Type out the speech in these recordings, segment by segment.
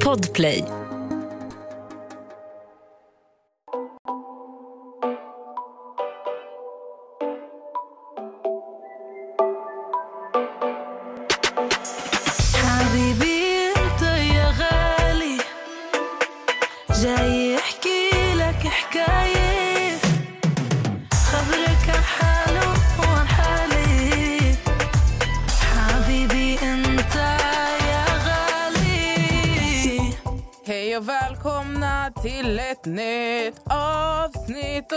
Podplay. Hej och välkomna till ett nytt avsnitt.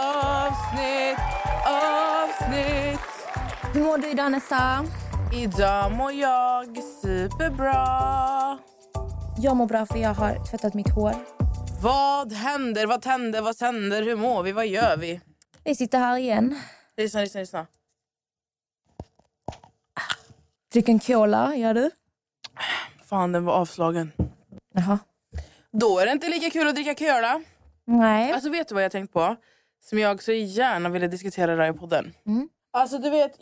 Hur mår du idag, Nessa? Idag mår jag superbra. Jag mår bra för jag har tvättat mitt hår. Vad händer? Vad tänder? Vad sänder? Hur mår vi? Vad gör vi? Vi sitter här igen. Lyssna. Drick en cola, gör du? Fan, den var avslagen. Jaha. Då är det inte lika kul att dricka cola. Nej. Alltså, vet du vad jag tänkt på? Som jag så gärna ville diskutera där i podden. Alltså, du vet,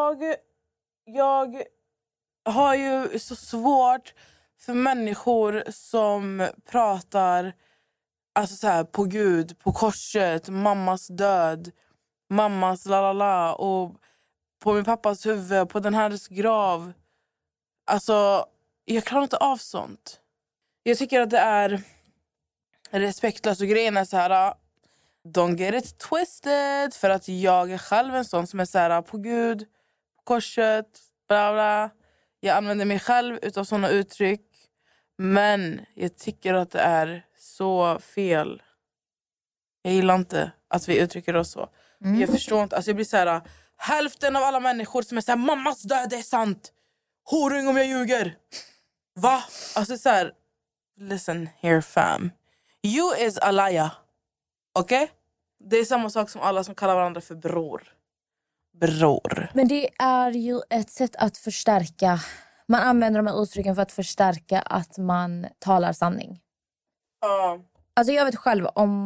jag har ju så svårt för människor som pratar alltså så här, på Gud, på korset, mammas död, mammas lalala och på min pappas huvud, på den här grav. Alltså, jag klarar inte av sånt. Jag tycker att det är respektlöst och grejen är så här, don't get it twisted, för att jag är själv en sån som är så här, på Gud, på korset, bla bla. Jag använder mig själv utav såna uttryck, men jag tycker att det är så fel. Jag gillar inte att vi uttrycker oss så. Jag förstår inte, alltså jag blir så här, hälften av alla människor som är så här, mammas död är sant. Horung om jag ljuger. Va? Alltså så här, listen here fam. You is a liar. Okej? Okay? Det är samma sak som alla som kallar varandra för bror. Men det är ju ett sätt att förstärka. Man använder de här uttrycken för att förstärka att man talar sanning. Alltså jag vet själv,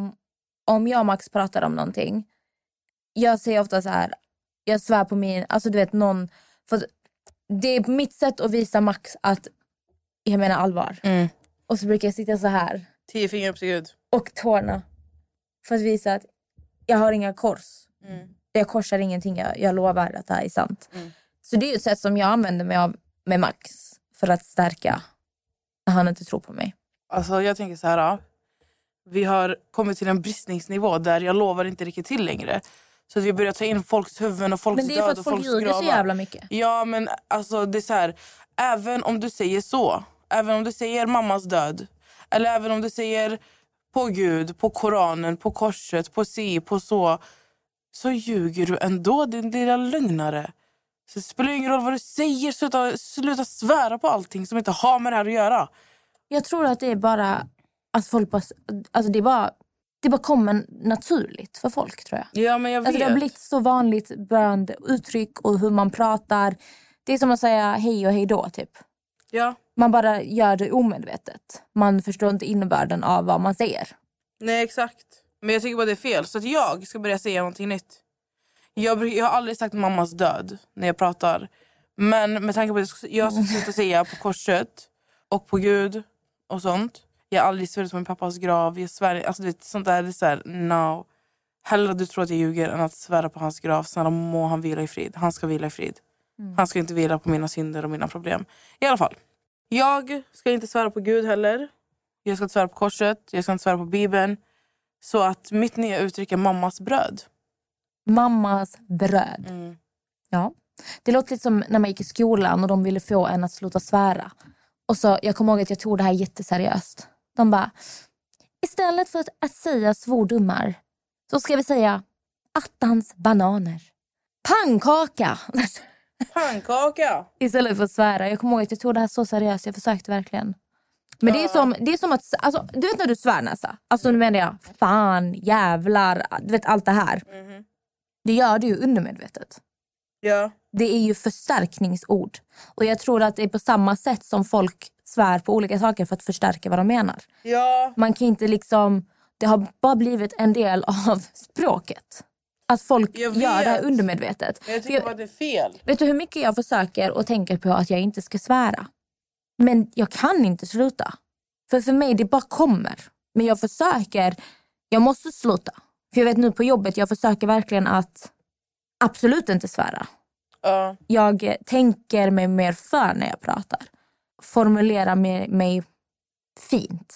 om jag och Max pratar om någonting. Jag säger ofta så här, jag svär på min, alltså du vet någon, för det är mitt sätt att visa Max att jag menar allvar. Och så brukar jag sitta så här. 10 fingrar upp till Gud. Och tårna. För att visa att jag har inga kors. Jag korsar ingenting. Jag lovar att det här är sant. Så det är ju ett sätt som jag använder mig av med Max. För att stärka när han inte tror på mig. Alltså jag tänker så här. Vi har kommit till en bristningsnivå där jag lovar inte riktigt till längre. Så att vi börjar ta in folks huvuden och folks död och folks gravar. Men det är för att folk ljuger så jävla mycket. Ja, men alltså det är så här. Även om du säger så. Även om du säger mammas död. Eller även om du säger på Gud, på Koranen, på korset, på på så ljuger du ändå, din lilla lögnare. Så det spelar ingen roll vad du säger, sluta svära på allting som inte har med det här att göra. Jag tror att det är bara att folk bara, alltså det bara kommer naturligt för folk, tror jag. Ja, men jag vet. Alltså det har blivit så vanligt bönd uttryck och hur man pratar. Det är som att säga hej och hej då, typ. Ja. Man bara gör det omedvetet. Man förstår inte innebörden av vad man säger. Nej, exakt. Men jag tycker bara det är fel. Så att jag ska börja säga någonting nytt. Jag har aldrig sagt mammas död när jag pratar. Men med tanke på att jag ska sluta säga på korset och på Gud och sånt. Jag har aldrig svärt på min pappas grav. Jag svär, alltså det, sånt där, det är så här, no. Hellre du tror att jag ljuger än att svära på hans grav. Snälla må han vila i frid. Han ska vila i frid. Han ska inte vila på mina synder och mina problem. I alla fall. Jag ska inte svära på Gud heller. Jag ska inte svära på korset. Jag ska inte svära på Bibeln. Så att mitt nya uttryck är mammas bröd. Mammas bröd. Ja. Det låter lite som när man gick i skolan och de ville få en att sluta svära. Och så, jag kommer ihåg att jag tog det här jätteseriöst. De bara, istället för att säga svordomar så ska vi säga attans bananer. Pannkaka! Pannkaka! Istället för att svära. Jag kommer ihåg att jag tog det här så seriöst. Jag försökte verkligen. Men det är som att, alltså, du vet när du svär, Nessa. Alltså nu menar jag, fan, jävlar, du vet allt det här. Det gör du ju undermedvetet. Ja. Det är ju förstärkningsord. Och jag tror att det är på samma sätt som folk svär på olika saker för att förstärka vad de menar. Ja. Man kan inte liksom, det har bara blivit en del av språket. Att folk gör det här undermedvetet. Jag tycker att det är fel. Vet du hur mycket jag försöker och tänker på att jag inte ska svära? Men jag kan inte sluta. För mig det bara kommer. Men jag måste sluta. För jag vet nu på jobbet, jag försöker verkligen att absolut inte svära. Jag tänker mig mer för när jag pratar. Formulera mig fint.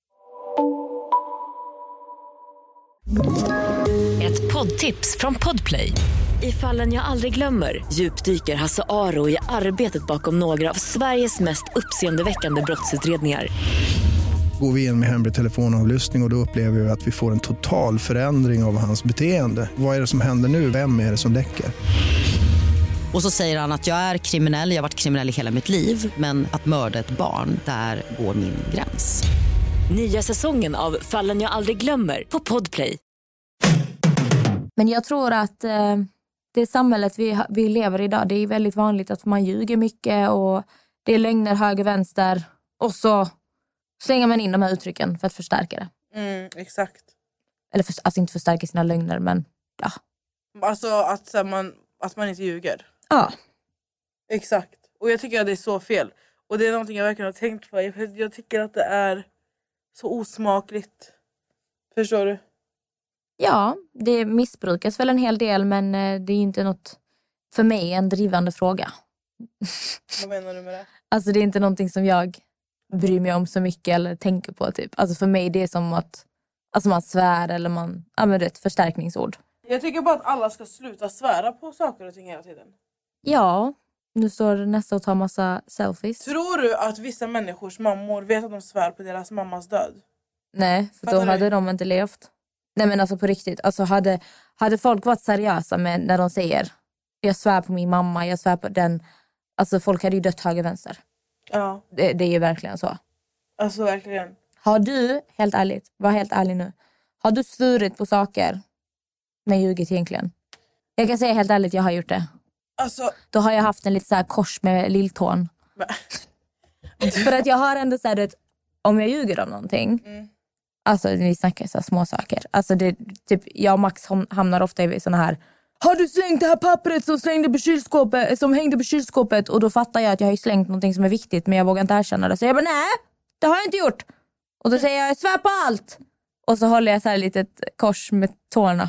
Ett poddtips från Podplay. I Fallen jag aldrig glömmer djupdyker Hasse Aro i arbetet bakom några av Sveriges mest uppseendeväckande brottsutredningar. Går vi in med hemlig telefonavlyssning och då upplever vi att vi får en total förändring av hans beteende. Vad är det som händer nu? Vem är det som läcker? Och så säger han att jag är kriminell, jag har varit kriminell i hela mitt liv. Men att mörda ett barn, där går min gräns. Nya säsongen av Fallen jag aldrig glömmer på Podplay. Men jag tror att det samhället vi lever i idag, det är väldigt vanligt att man ljuger mycket och det är lögner höger, vänster och så slänger man in de här uttrycken för att förstärka det. Exakt. Eller alltså inte förstärka sina lögner, men ja. Alltså att man inte ljuger. Ja. Exakt. Och jag tycker att det är så fel. Och det är någonting jag verkligen har tänkt på. Jag tycker att det är så osmakligt. Förstår du? Ja, det missbrukas väl en hel del, men det är inte något för mig en drivande fråga. Vad menar du med det? Alltså det är inte någonting som jag bryr mig om så mycket eller tänker på typ. Alltså för mig det är som att man svär eller man använder ett förstärkningsord. Jag tycker bara att alla ska sluta svära på saker och ting hela tiden. Ja, nu står nästa och tar massa selfies. Tror du att vissa människors mammor vet att de svär på deras mammas död? Nej, för då hade de inte levt. Nej men alltså på riktigt. Alltså hade folk varit seriösa med när de säger jag svär på min mamma, jag svär på den. Alltså folk hade ju dött höger vänster. Ja. Det är ju verkligen så. Alltså verkligen. Har du, helt ärligt, var helt ärlig nu. Har du svurit på saker med ljugit egentligen? Jag kan säga helt ärligt, jag har gjort det. Alltså. Då har jag haft en lite så här kors med lilltån. För att jag har ändå så här, om jag ljuger om någonting. Alltså vi snackar så här små saker. Alltså det, typ, jag och Max hamnar ofta i såna här. Har du slängt det här pappret som hängde på kylskåpet? Och då fattar jag att jag har slängt någonting som är viktigt, men jag vågar inte erkänna det. Så jag bara, nej, det har jag inte gjort. Och då säger jag svär på allt. Och så håller jag så här litet kors med tårna.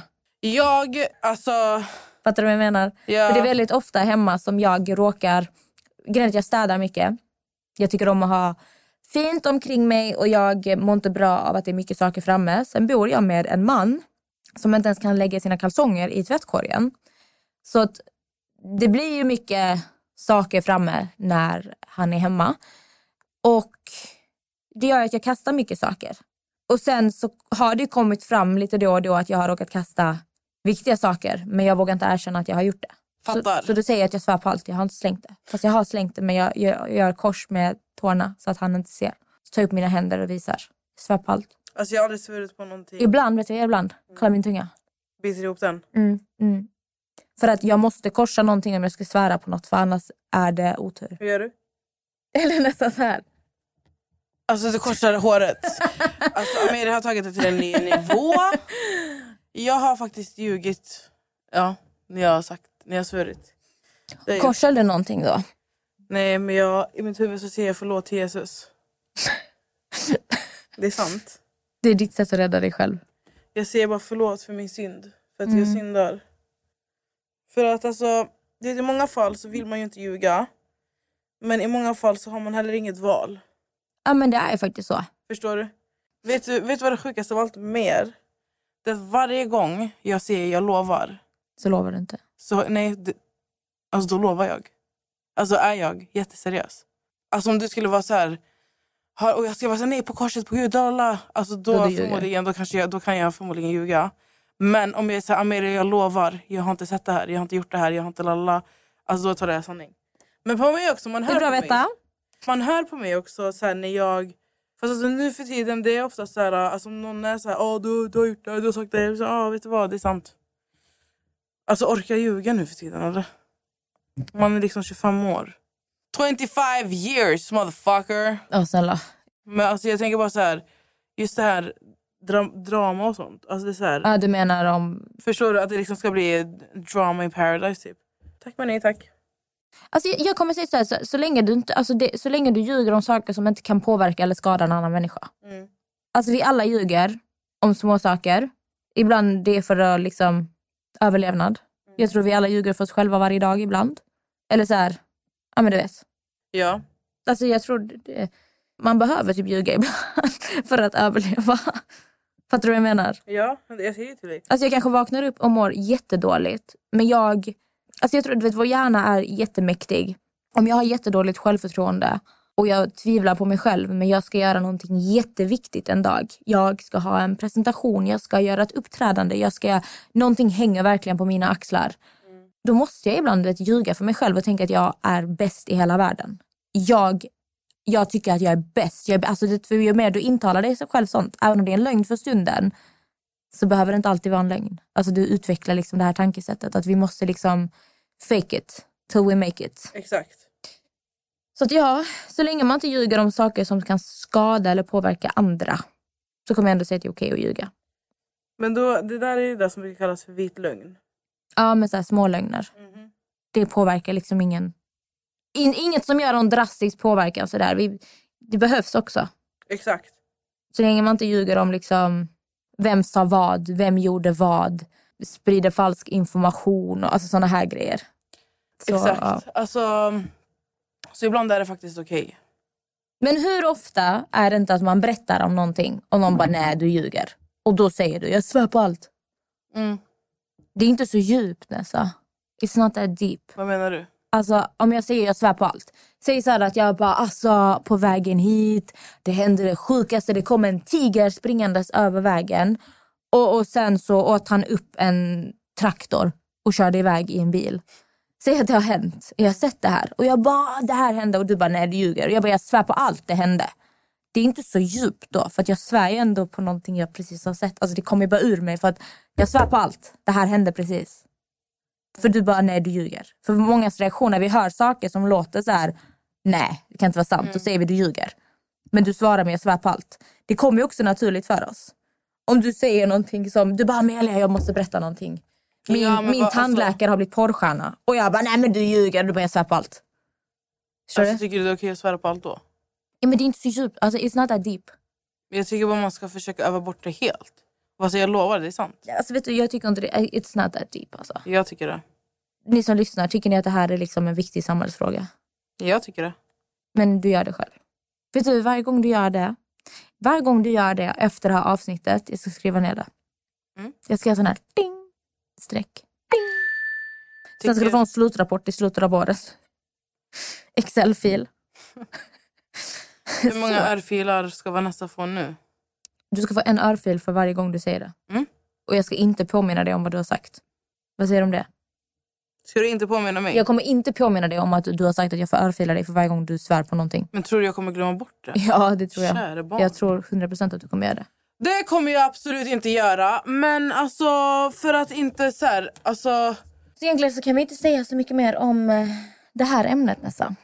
Fattar du vad jag menar? Ja. För det är väldigt ofta hemma som jag råkar. Grejen är att jag städar mycket. Jag tycker om att ha fint omkring mig och jag mår inte bra av att det är mycket saker framme. Sen bor jag med en man som inte ens kan lägga sina kalsonger i tvättkorgen. Så att det blir ju mycket saker framme när han är hemma. Och det gör att jag kastar mycket saker. Och sen så har det kommit fram lite då och då att jag har råkat kasta viktiga saker. Men jag vågar inte erkänna att jag har gjort det. Fattar. Så då säger jag att jag svär på allt. Jag har inte slängt det. Fast jag har slängt det, men jag gör kors med tårna så att han inte ser. Så tar jag upp mina händer och visar. Jag svär på allt. Alltså jag har aldrig svurit på någonting. Ibland, vet du, ibland. Kolla min tunga. Biter ihop den. För att jag måste korsa någonting om jag ska svära på något. För annars är det otur. Hur gör du? Eller nästan så här. Alltså du korsar håret. Alltså Amiri har tagit det till en ny nivå. Jag har faktiskt ljugit. Ja, när jag har svurit. Korsar du någonting då? Nej, men i mitt huvud så säger jag förlåt till Jesus. Det är sant. Det är ditt sätt att rädda dig själv. Jag säger bara förlåt för min synd. För att jag syndar. För att alltså, i många fall så vill man ju inte ljuga. Men i många fall så har man heller inget val. Ja, men det är faktiskt så. Förstår du? Vet du vad det sjukaste av allt mer? Det är att varje gång jag säger jag lovar. Så lovar du inte? Så nej, alltså då lovar jag. Alltså är jag jätteseriös. Alltså om du skulle vara så här. Och jag ska vara så här, nej på korset på Gud. Lala. Alltså då förmodligen, då kan jag förmodligen ljuga. Men om jag säger Amiri, jag lovar. Jag har inte sett det här, jag har inte gjort det här, jag har inte lalla. Alltså då tar det sanning. Men på mig också, man hör på mig. Man hör på mig också så här, när jag. Fast alltså, nu för tiden det är ofta så här. Alltså om någon är så här, du har gjort det, du har sagt det. Så, vet du vad, det är sant. Alltså orkar jag ljuga nu för tiden eller? Man är liksom 25 år. 25 years, motherfucker. Snälla. Men alltså jag tänker bara så här. Just det här drama och sånt. Alltså det är så här. Ja, du menar om. Förstår du att det liksom ska bli drama in paradise typ? Tack men nej tack. Alltså jag kommer säga så här, så länge du inte, alltså så länge du ljuger om saker som inte kan påverka eller skada en annan människa. Alltså vi alla ljuger om små saker. Ibland det är för att liksom överlevnad. Jag tror vi alla ljuger för oss själva varje dag ibland. Eller så här, ja men du vet. Ja. Alltså jag tror man behöver typ ljuga ibland för att överleva. Fattar du vad jag menar? Ja, jag säger till dig. Alltså jag kanske vaknar upp och mår jättedåligt. Men jag tror du vet vår hjärna är jättemäktig. Om jag har jättedåligt självförtroende och jag tvivlar på mig själv, men jag ska göra någonting jätteviktigt en dag. Jag ska ha en presentation, jag ska göra ett uppträdande, någonting hänger verkligen på mina axlar. Då måste jag ibland ljuga för mig själv och tänka att jag är bäst i hela världen. Jag tycker att jag är bäst. Alltså ju mer du intalar dig själv sånt, även om det är en lögn för stunden, så behöver det inte alltid vara en lögn. Alltså du utvecklar liksom det här tankesättet att vi måste liksom fake it till we make it. Exakt. Så att så länge man inte ljuger om saker som kan skada eller påverka andra, så kommer jag ändå säga att det är okej att ljuga. Men då, det där är det som vi kallas för vit lögn. Ja, men så här små lögner. Det påverkar liksom inget som gör någon drastisk påverkan så där. Det behövs också. Exakt. Så länge man inte ljuger om liksom vem sa vad, vem gjorde vad, sprider falsk information och alltså såna här grejer. Så, exakt. Ja. Alltså, så ibland är det faktiskt okej. Men hur ofta är det inte att man berättar om någonting och någon bara nej du ljuger. Och då säger du jag svär på allt. Det är inte så djupt nästan. It's not that deep. Vad menar du? Alltså om jag säger jag svär på allt. Säg så här att jag bara alltså på vägen hit. Det hände det sjukaste. Det kom en tiger springandes över vägen. Och sen så åt han upp en traktor och körde iväg i en bil. Säg att det har hänt. Jag har sett det här. Och jag bara det här hände. Och du bara nej du ljuger. Och jag bara jag svär på allt det hände. Det är inte så djupt då. För att jag svär ju ändå på någonting jag precis har sett. Alltså det kommer bara ur mig. För att jag svär på allt. Det här hände precis. För du bara, nej du ljuger. För många reaktioner, vi hör saker som låter så här, nej det kan inte vara sant. Då säger vi du ljuger. Men du svarar med jag svär på allt. Det kommer ju också naturligt för oss. Om du säger någonting som, du bara Amelia jag måste berätta någonting. Min tandläkare har blivit porrstjärna. Och jag bara, nej men du ljuger, du bara jag svär på allt. Alltså, tycker du det är okej att svära på allt då? Ja men det är inte så djupt, alltså it's not that deep. Jag tycker bara man ska försöka öva bort det helt. Alltså jag lovar, det är sant. Alltså vet du, jag tycker inte det, it's not that deep alltså. Jag tycker det. Ni som lyssnar, tycker ni att det här är liksom en viktig samhällsfråga? Jag tycker det. Men du gör det själv. Vet du, varje gång du gör det efter det här avsnittet, jag ska skriva ner det. Jag ska göra sån här ding, streck, ding. Sen ska du få en slutrapport i slutet av året. Excel-fil. Hur många örfilar ska Vanessa få nu? Du ska få en örfil för varje gång du säger det. Och jag ska inte påminna dig om vad du har sagt. Vad säger du om det? Ska du inte påminna mig? Jag kommer inte påminna dig om att du har sagt att jag får örfila dig för varje gång du svär på någonting. Men tror du jag kommer glömma bort det? Ja, det tror jag. Kära barn. Jag tror 100% att du kommer göra det. Det kommer jag absolut inte göra. Men alltså, för att inte så här, alltså... Så egentligen så kan vi inte säga så mycket mer om det här ämnet nästan.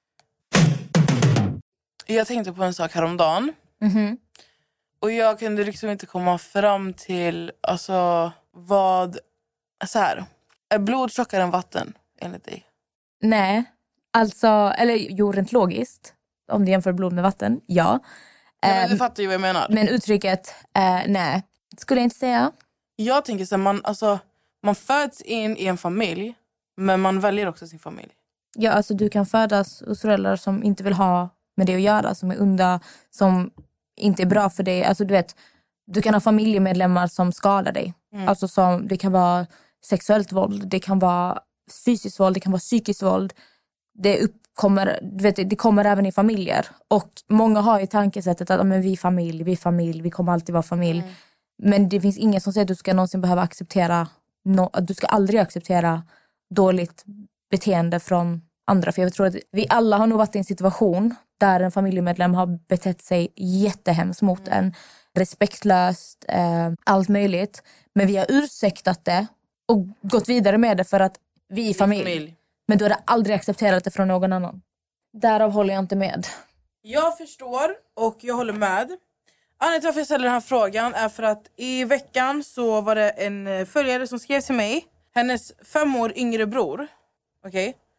Jag tänkte på en sak häromdagen. Och jag kunde liksom inte komma fram till, alltså, vad... Så här, är blod tjockare än vatten, enligt dig? Nej, alltså, eller rent logiskt. Om du jämför blod med vatten, ja. Men du fattar ju vad jag menar. Men uttrycket, nej, skulle jag inte säga. Jag tänker så här, man föds in i en familj, men man väljer också sin familj. Ja, alltså du kan födas hos föräldrar som inte vill ha med det att göra, som är onda, som inte är bra för dig. Alltså du vet, du kan ha familjemedlemmar som skadar dig. Alltså som, det kan vara sexuellt våld, det kan vara fysiskt våld, det kan vara psykiskt våld. Det kommer även i familjer. Och många har ju tankesättet att men vi är familj, vi kommer alltid vara familj. Men det finns ingen som säger att du ska någonsin behöva acceptera, du ska aldrig acceptera dåligt beteende från andra. För jag tror att vi alla har nog varit i en situation där en familjemedlem har betett sig jättehemskt mot en. Respektlöst, allt möjligt. Men vi har ursäktat det och gått vidare med det för att vi är familj. Men du har aldrig accepterat det från någon annan. Därav håller jag inte med. Jag förstår och jag håller med. Anledningen till varför jag ställer den här frågan är för att i veckan så var det en följare som skrev till mig. Hennes 5 år yngre bror. Okej?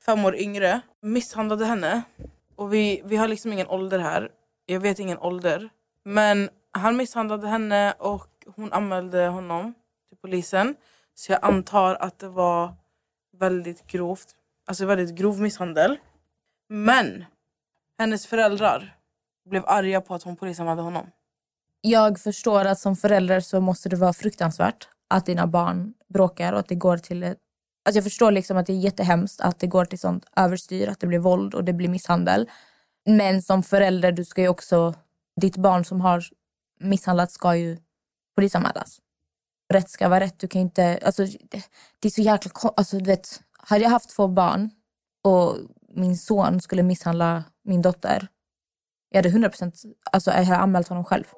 5 år yngre, misshandlade henne. Och vi har liksom ingen ålder här. Jag vet ingen ålder. Men han misshandlade henne och hon anmälde honom till polisen. Så jag antar att det var väldigt grovt. Alltså väldigt grov misshandel. Men hennes föräldrar blev arga på att hon polisanmälde honom. Jag förstår att som förälder så måste det vara fruktansvärt att dina barn bråkar och att det går till... Alltså jag förstår liksom att det är jättehemskt att det går till sånt överstyr, att det blir våld och det blir misshandel. Men som förälder, du ska ju också... Ditt barn som har misshandlat ska ju polisanmälas. Rätt ska vara rätt. Du kan inte... Alltså, det är så jäkla... Alltså, du vet, hade jag haft 2 barn och min son skulle misshandla min dotter, jag hade 100%... Alltså, jag hade anmält honom själv.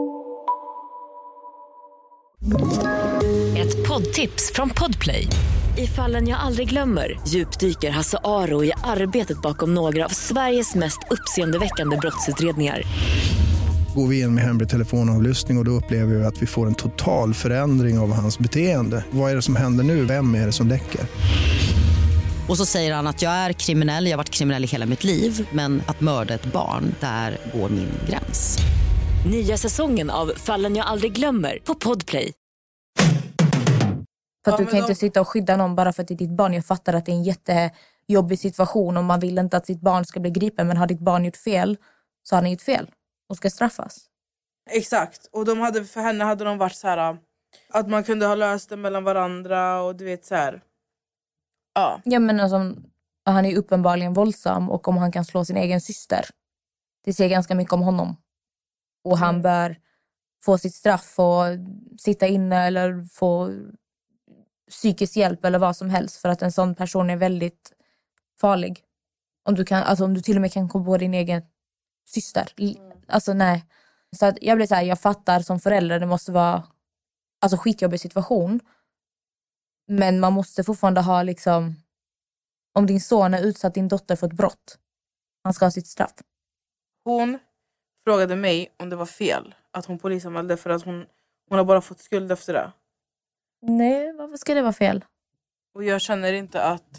Ett poddtips från Podplay. I Fallen jag aldrig glömmer djupdyker Hasse Aro i arbetet bakom några av Sveriges mest uppseendeväckande brottsutredningar. Går vi in med hemlig telefonavlyssning och då upplever vi att vi får en total förändring av hans beteende. Vad är det som händer nu? Vem är det som läcker? Och så säger han att jag är kriminell, jag har varit kriminell i hela mitt liv. Men att mörda ett barn, där går min gräns. Nya säsongen av Fallen jag aldrig glömmer på Podplay. För att du kan inte sitta och skydda någon bara för att det är ditt barn. Jag fattar att det är en jättejobbig situation och man vill inte att sitt barn ska bli gripen. Men har ditt barn gjort fel så har han gjort fel och ska straffas. Exakt. Och för henne hade de varit så här att man kunde ha löst det mellan varandra och du vet så här. Ja. Ja, men alltså, han är uppenbarligen våldsam och om han kan slå sin egen syster. Det säger ganska mycket om honom. Och han bör få sitt straff och sitta inne eller få psykisk hjälp eller vad som helst. För att en sån person är väldigt farlig. Om du till och med kan komma på din egen syster. Alltså nej. Så att jag blir så här, jag fattar som förälder, det måste vara alltså skitjobbig situation. Men man måste fortfarande ha liksom, om din son är utsatt din dotter för ett brott, han ska ha sitt straff. Hon frågade mig om det var fel att hon polisanmälde för att hon har bara fått skuld efter det. Nej, varför ska det vara fel? Och jag känner inte att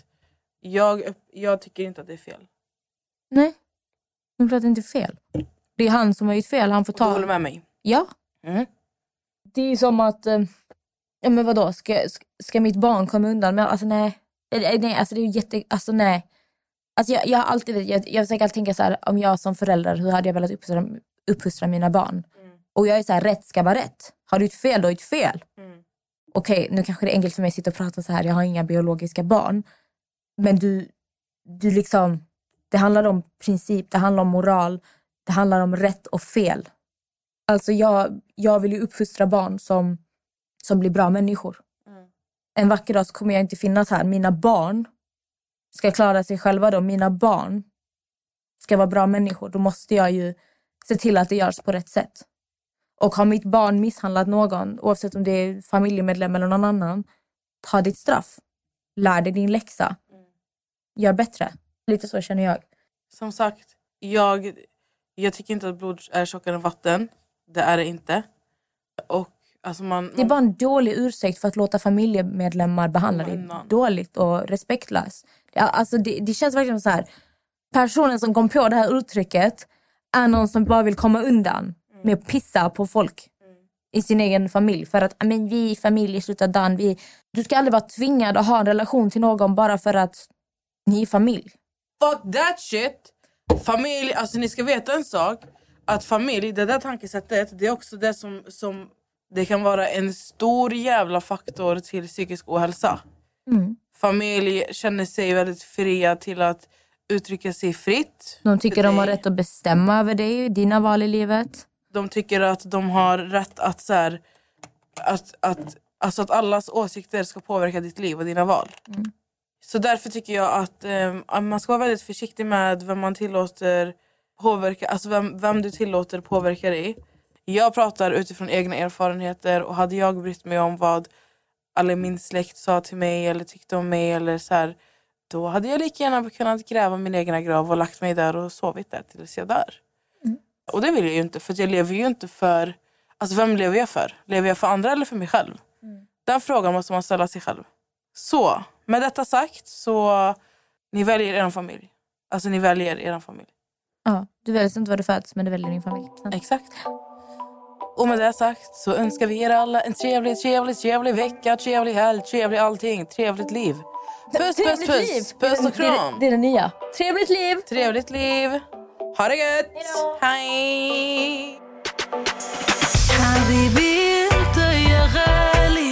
jag tycker inte att det är fel. Nej, men klart det är inte fel. Det är han som har gjort fel, han får ta. Du håller med mig? Ja. Det är som att ja men vadå, ska mitt barn komma undan? Men alltså nej, alltså det är alltså nej. Alltså jag har alltid, jag försöker alltid tänka så här, om jag som förälder, hur hade jag velat uppfostra mina barn? Och jag är så här, rätt ska vara rätt. Har du gjort fel, då har du gjort fel. Okej, nu kanske det är enkelt för mig att sitta och prata så här, jag har inga biologiska barn. Men du liksom, det handlar om princip, det handlar om moral, det handlar om rätt och fel. Alltså jag vill ju uppfostra barn som blir bra människor. En vacker dag så kommer jag inte finnas här. Mina barn ska klara sig själva då. Mina barn ska vara bra människor. Då måste jag ju se till att det görs på rätt sätt. Och har mitt barn misshandlat någon, oavsett om det är familjemedlem eller någon annan, ta ditt straff. Lär dig din läxa. Gör bättre. Lite så känner jag. Som sagt, jag tycker inte att blod är tjockare än vatten. Det är det inte. Och alltså det är bara en dålig ursäkt för att låta familjemedlemmar behandla dig dåligt och respektlöst. Alltså det känns verkligen så här. Personen som kom på det här uttrycket är någon som bara vill komma undan med att pissa på folk i sin egen familj. För att men vi i familj slutar dagen. Du ska aldrig vara tvingad att ha en relation till någon bara för att ni är familj. Fuck that shit! Familj, alltså ni ska veta en sak. Att familj, det där tankesättet, det är också det som det kan vara en stor jävla faktor till psykisk ohälsa. Familj känner sig väldigt fria till att uttrycka sig fritt. De tycker de har rätt att bestämma över dig, dina val i livet. De tycker att de har rätt att så här, att allas åsikter ska påverka ditt liv och dina val. Så därför tycker jag att man ska vara väldigt försiktig med vem man tillåter påverka, alltså vem du tillåter påverka dig. Jag pratar utifrån egna erfarenheter, och hade jag brytt mig om vad alla min släkt sa till mig eller tyckte om mig eller så här, då hade jag lika gärna kunnat gräva min egna grav och lagt mig där och sovit där tills jag dör. Och det vill jag ju inte, för jag lever ju inte för, alltså vem lever jag för? Lever jag för andra eller för mig själv? Den frågan måste man ställa sig själv. Så, med detta sagt så Ni väljer er familj. Alltså ni väljer er familj. Ja, du väljer inte vad du föds, men du väljer din familj. Exakt. Och med det sagt så önskar vi er alla en trevlig vecka, trevlig helg, trevlig allting, trevligt liv. Puss, puss, puss. Puss och kram. Det är det nya. Trevligt liv. Trevligt liv. Ha det gött. Hej. حبيبي انت يا غالي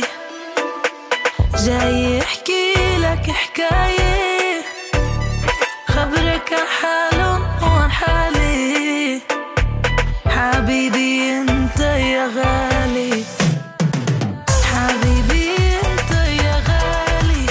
جاي احكي لك حكاية خبرك عن حالهم وعن حالي حبيبي انت يا غالي حبيبي انت يا غالي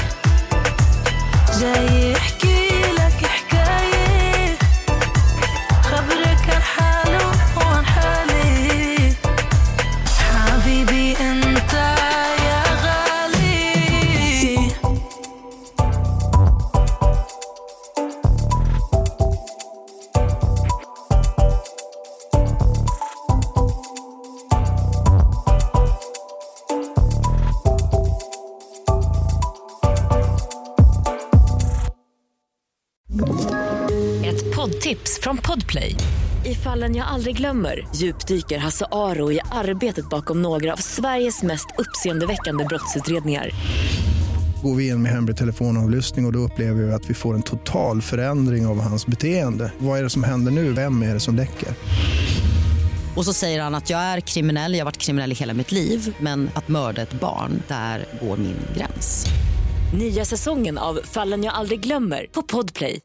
جاي احكي لك حكاية خبرك عن حالهم وعن حالي حبيبي انت يا غالي Ett poddtips från Podplay. I Fallen jag aldrig glömmer djupdyker Hasse Aro i arbetet bakom några av Sveriges mest uppseendeväckande brottsutredningar. Går vi in med hemlig telefonavlyssning och då upplever vi att vi får en total förändring av hans beteende. Vad är det som händer nu? Vem är det som läcker? Och så säger han att jag är kriminell, jag har varit kriminell i hela mitt liv. Men att mörda ett barn, där går min gräns. Nya säsongen av Fallen jag aldrig glömmer på Podplay.